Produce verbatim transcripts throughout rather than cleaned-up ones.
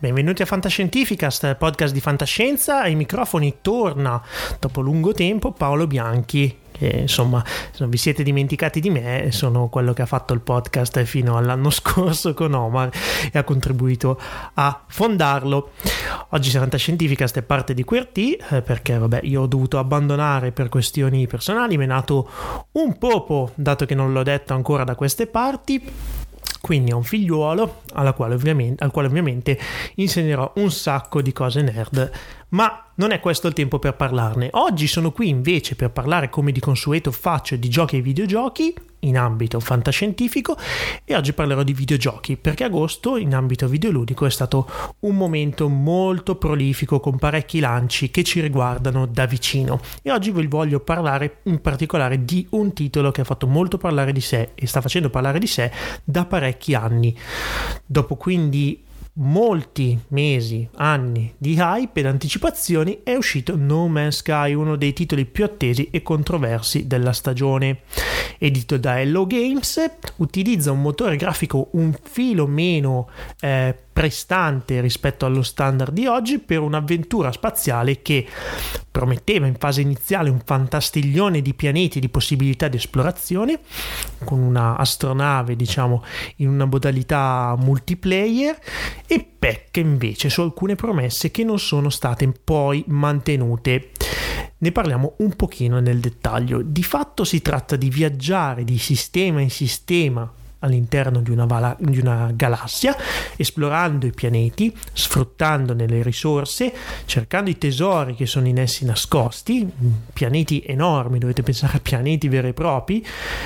Benvenuti a Fantascientificast, podcast di fantascienza. Ai microfoni torna dopo lungo tempo Paolo Bianchi. Che, insomma, se non vi siete dimenticati di me, sono quello che ha fatto il podcast fino all'anno scorso con Omar e ha contribuito a fondarlo. Oggi Fantascientificast è parte di Queer T, eh, perché vabbè, io ho dovuto abbandonare per questioni personali, mi è nato un popo, dato che non l'ho detto ancora da queste parti. Quindi ho un figliuolo alla quale ovviamente, al quale ovviamente insegnerò un sacco di cose nerd, ma non è questo il tempo per parlarne. Oggi sono qui invece per parlare, come di consueto faccio, di giochi e videogiochi in ambito fantascientifico, e oggi parlerò di videogiochi perché agosto in ambito videoludico è stato un momento molto prolifico con parecchi lanci che ci riguardano da vicino, e oggi vi voglio parlare in particolare di un titolo che ha fatto molto parlare di sé e sta facendo parlare di sé da parecchi anni. Dopo quindi molti mesi, anni di hype ed anticipazioni, è uscito No Man's Sky, uno dei titoli più attesi e controversi della stagione. Edito da Hello Games, utilizza un motore grafico un filo meno eh, prestante rispetto allo standard di oggi per un'avventura spaziale che prometteva in fase iniziale un fantastiglione di pianeti e di possibilità di esplorazione, con una astronave diciamo in una modalità multiplayer, e pecca invece su alcune promesse che non sono state poi mantenute. Ne parliamo un pochino nel dettaglio. Di fatto si tratta di viaggiare di sistema in sistema all'interno di una, vala- di una galassia, esplorando i pianeti, sfruttandone le risorse, cercando i tesori che sono in essi nascosti, pianeti enormi, dovete pensare a pianeti veri e propri.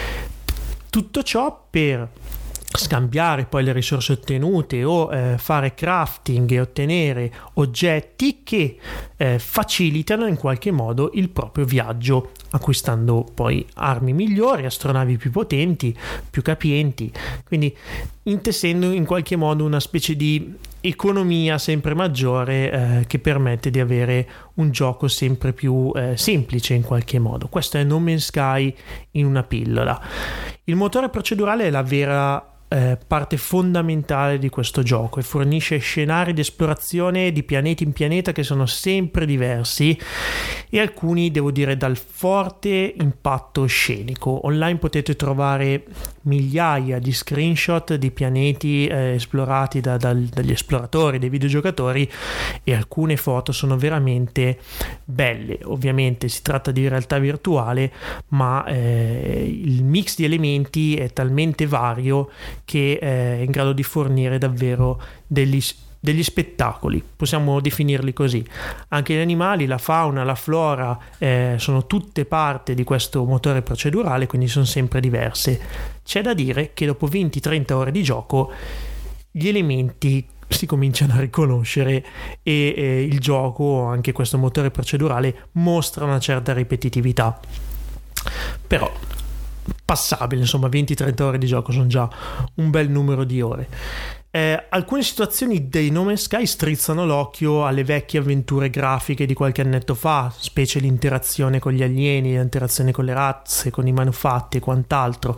Tutto ciò per scambiare poi le risorse ottenute o eh, fare crafting e ottenere oggetti che eh, facilitano in qualche modo il proprio viaggio, acquistando poi armi migliori, astronavi più potenti, più capienti, quindi intessendo in qualche modo una specie di economia sempre maggiore eh, che permette di avere un gioco sempre più eh, semplice in qualche modo. Questo è No Man's Sky in una pillola. Il motore procedurale è la vera Eh, parte fondamentale di questo gioco e fornisce scenari di esplorazione di pianeta in pianeta che sono sempre diversi, e alcuni devo dire dal forte impatto scenico. Online potete trovare migliaia di screenshot di pianeti eh, esplorati da, dal, dagli esploratori, dei videogiocatori, e alcune foto sono veramente belle. Ovviamente si tratta di realtà virtuale, ma eh, il mix di elementi è talmente vario che è in grado di fornire davvero degli, degli spettacoli, possiamo definirli così. Anche gli animali, la fauna, la flora eh, sono tutte parte di questo motore procedurale, quindi sono sempre diverse. C'è da dire che dopo venti trenta ore di gioco gli elementi si cominciano a riconoscere e eh, il gioco, anche questo motore procedurale, mostra una certa ripetitività, però passabile, insomma. Venti trenta ore di gioco sono già un bel numero di ore. Eh, alcune situazioni dei No Man's Sky strizzano l'occhio alle vecchie avventure grafiche di qualche annetto fa, specie l'interazione con gli alieni, l'interazione con le razze, con i manufatti e quant'altro,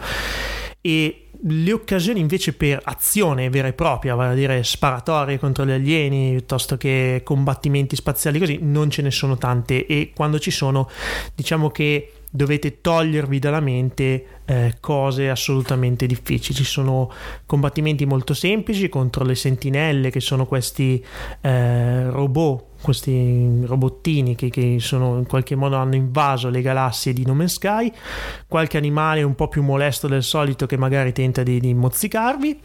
e le occasioni invece per azione vera e propria, vale a dire sparatorie contro gli alieni piuttosto che combattimenti spaziali così, non ce ne sono tante, e quando ci sono diciamo che dovete togliervi dalla mente eh, cose assolutamente difficili. Ci sono combattimenti molto semplici contro le sentinelle, che sono questi eh, robot, questi robottini che, che sono in qualche modo hanno invaso le galassie di No Man's Sky, qualche animale un po' più molesto del solito che magari tenta di, di mozzicarvi,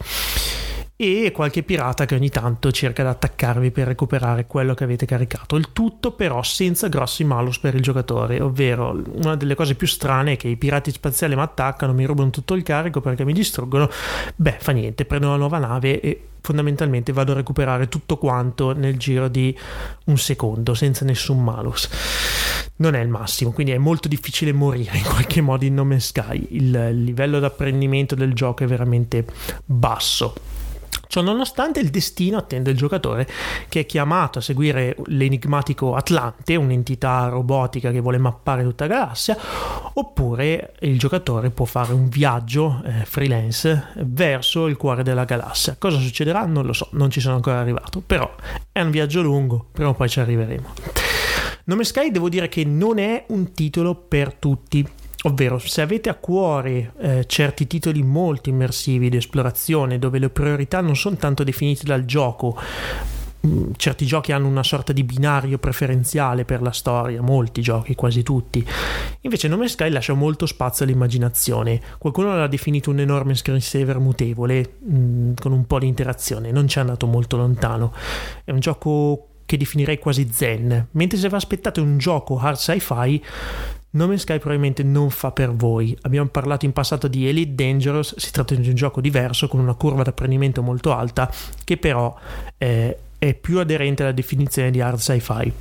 e qualche pirata che ogni tanto cerca di attaccarvi per recuperare quello che avete caricato. Il tutto però senza grossi malus per il giocatore, ovvero una delle cose più strane è che i pirati spaziali mi attaccano, mi rubano tutto il carico perché mi distruggono. Beh, fa niente, prendo una nuova nave e fondamentalmente vado a recuperare tutto quanto nel giro di un secondo senza nessun malus. Non è il massimo, quindi è molto difficile morire in qualche modo in No Man's Sky. Il livello d'apprendimento del gioco è veramente basso. Ciò nonostante, il destino attende il giocatore, che è chiamato a seguire l'enigmatico Atlante, un'entità robotica che vuole mappare tutta la galassia, oppure il giocatore può fare un viaggio eh, freelance verso il cuore della galassia. Cosa succederà? Non lo so, non ci sono ancora arrivato, però è un viaggio lungo, prima o poi ci arriveremo. No Man's Sky, devo dire che non è un titolo per tutti. Ovvero, se avete a cuore eh, certi titoli molto immersivi di esplorazione, dove le priorità non sono tanto definite dal gioco, mh, certi giochi hanno una sorta di binario preferenziale per la storia, molti giochi, quasi tutti. Invece No Man's Sky lascia molto spazio all'immaginazione. Qualcuno l'ha definito un enorme screensaver mutevole, mh, con un po' di interazione, non ci è andato molto lontano. È un gioco che definirei quasi zen, mentre se vi aspettate un gioco hard sci-fi, No Man's Sky probabilmente non fa per voi. Abbiamo parlato in passato di Elite Dangerous, si tratta di un gioco diverso con una curva d'apprendimento molto alta, che però eh, è più aderente alla definizione di hard sci-fi.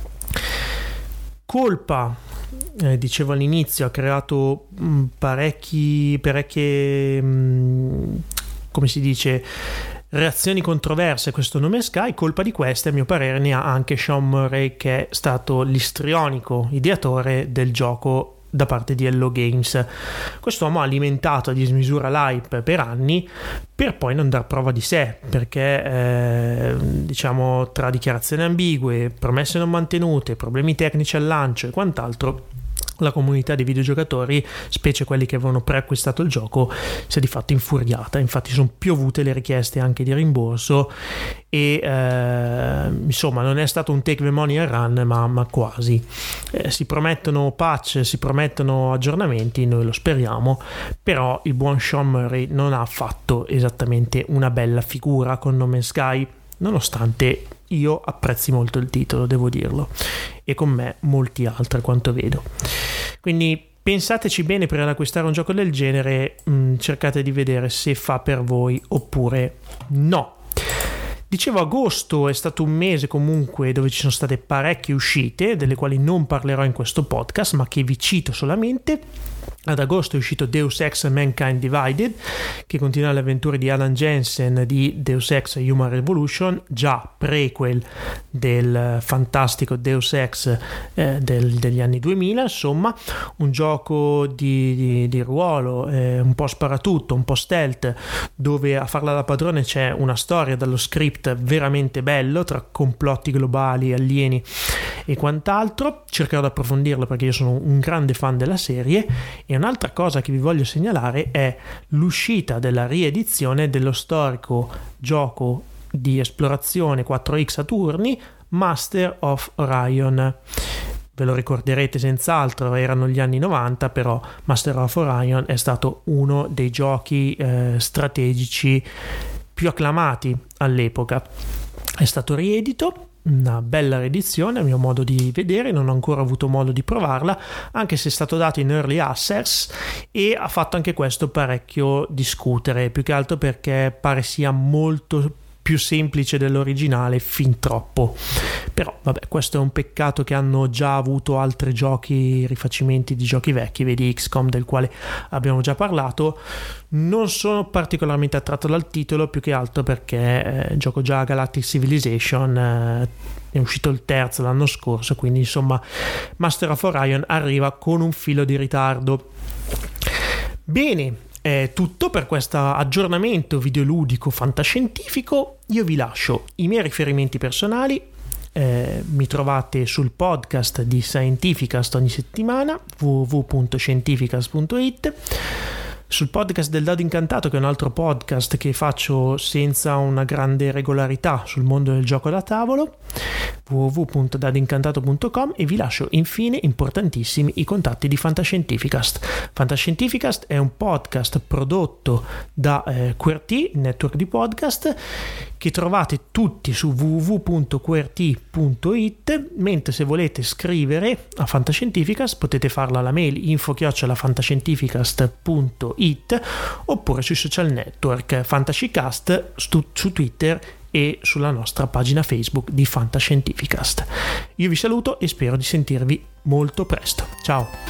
Colpa, eh, dicevo all'inizio, ha creato mh, parecchi parecchie mh, come si dice reazioni controverse questo No Man's Sky. Colpa di queste, a mio parere, ne ha anche Sean Murray, che è stato l'istrionico ideatore del gioco da parte di Hello Games. Quest'uomo ha alimentato a dismisura l'hype per anni, per poi non dar prova di sé, perché eh, diciamo tra dichiarazioni ambigue, promesse non mantenute, problemi tecnici al lancio e quant'altro, la comunità di videogiocatori, specie quelli che avevano preacquistato il gioco, si è di fatto infuriata. Infatti sono piovute le richieste anche di rimborso e eh, insomma non è stato un take the money and run, ma, ma quasi. Eh, si promettono patch, si promettono aggiornamenti, noi lo speriamo, però il buon Sean Murray non ha fatto esattamente una bella figura con No Man's Sky, nonostante io apprezzi molto il titolo, devo dirlo, e con me molti altri a quanto vedo. Quindi pensateci bene prima di acquistare un gioco del genere, mh, cercate di vedere se fa per voi oppure no. Dicevo, agosto è stato un mese comunque dove ci sono state parecchie uscite, delle quali non parlerò in questo podcast, ma che vi cito solamente. Ad agosto è uscito Deus Ex Mankind Divided, che continua le avventure di Alan Jensen di Deus Ex Human Revolution, già prequel del fantastico Deus Ex eh, del, degli anni duemila. Insomma, un gioco di, di, di ruolo, eh, un po' sparatutto, un po' stealth, dove a farla da padrone c'è una storia dallo script veramente bello, tra complotti globali, alieni e quant'altro. Cercherò di approfondirlo perché io sono un grande fan della serie. E un'altra cosa che vi voglio segnalare è l'uscita della riedizione dello storico gioco di esplorazione quattro X a turni Master of Orion. Ve lo ricorderete senz'altro, erano gli anni novanta, però Master of Orion è stato uno dei giochi eh, strategici più acclamati all'epoca. È stato riedito, una bella riedizione a mio modo di vedere, non ho ancora avuto modo di provarla, anche se è stato dato in early access, e ha fatto anche questo parecchio discutere, più che altro perché pare sia molto più semplice dell'originale, fin troppo. Però vabbè, questo è un peccato che hanno già avuto altri giochi, rifacimenti di giochi vecchi, vedi X COM del quale abbiamo già parlato. Non sono particolarmente attratto dal titolo, più che altro perché eh, gioco già Galactic Civilization, eh, è uscito il terzo l'anno scorso, quindi insomma Master of Orion arriva con un filo di ritardo. Bene, è tutto per questo aggiornamento videoludico fantascientifico. Io vi lascio i miei riferimenti personali, eh, mi trovate sul podcast di Scientificast ogni settimana, w w w punto scientificast punto it, sul podcast del Dado Incantato, che è un altro podcast che faccio senza una grande regolarità sul mondo del gioco da tavolo, w w w punto dado incantato punto com, e vi lascio infine, importantissimi, i contatti di Fantascientificast. Fantascientificast è un podcast prodotto da eh, QWERTY, network di podcast, che trovate tutti su w w w punto qwerty punto it, mentre se volete scrivere a Fantascientificast potete farlo alla mail info chiocciola fantascientificast punto it oppure sui social network Fantascicast su, su Twitter e sulla nostra pagina Facebook di Fantascientificast. Io vi saluto e spero di sentirvi molto presto. Ciao!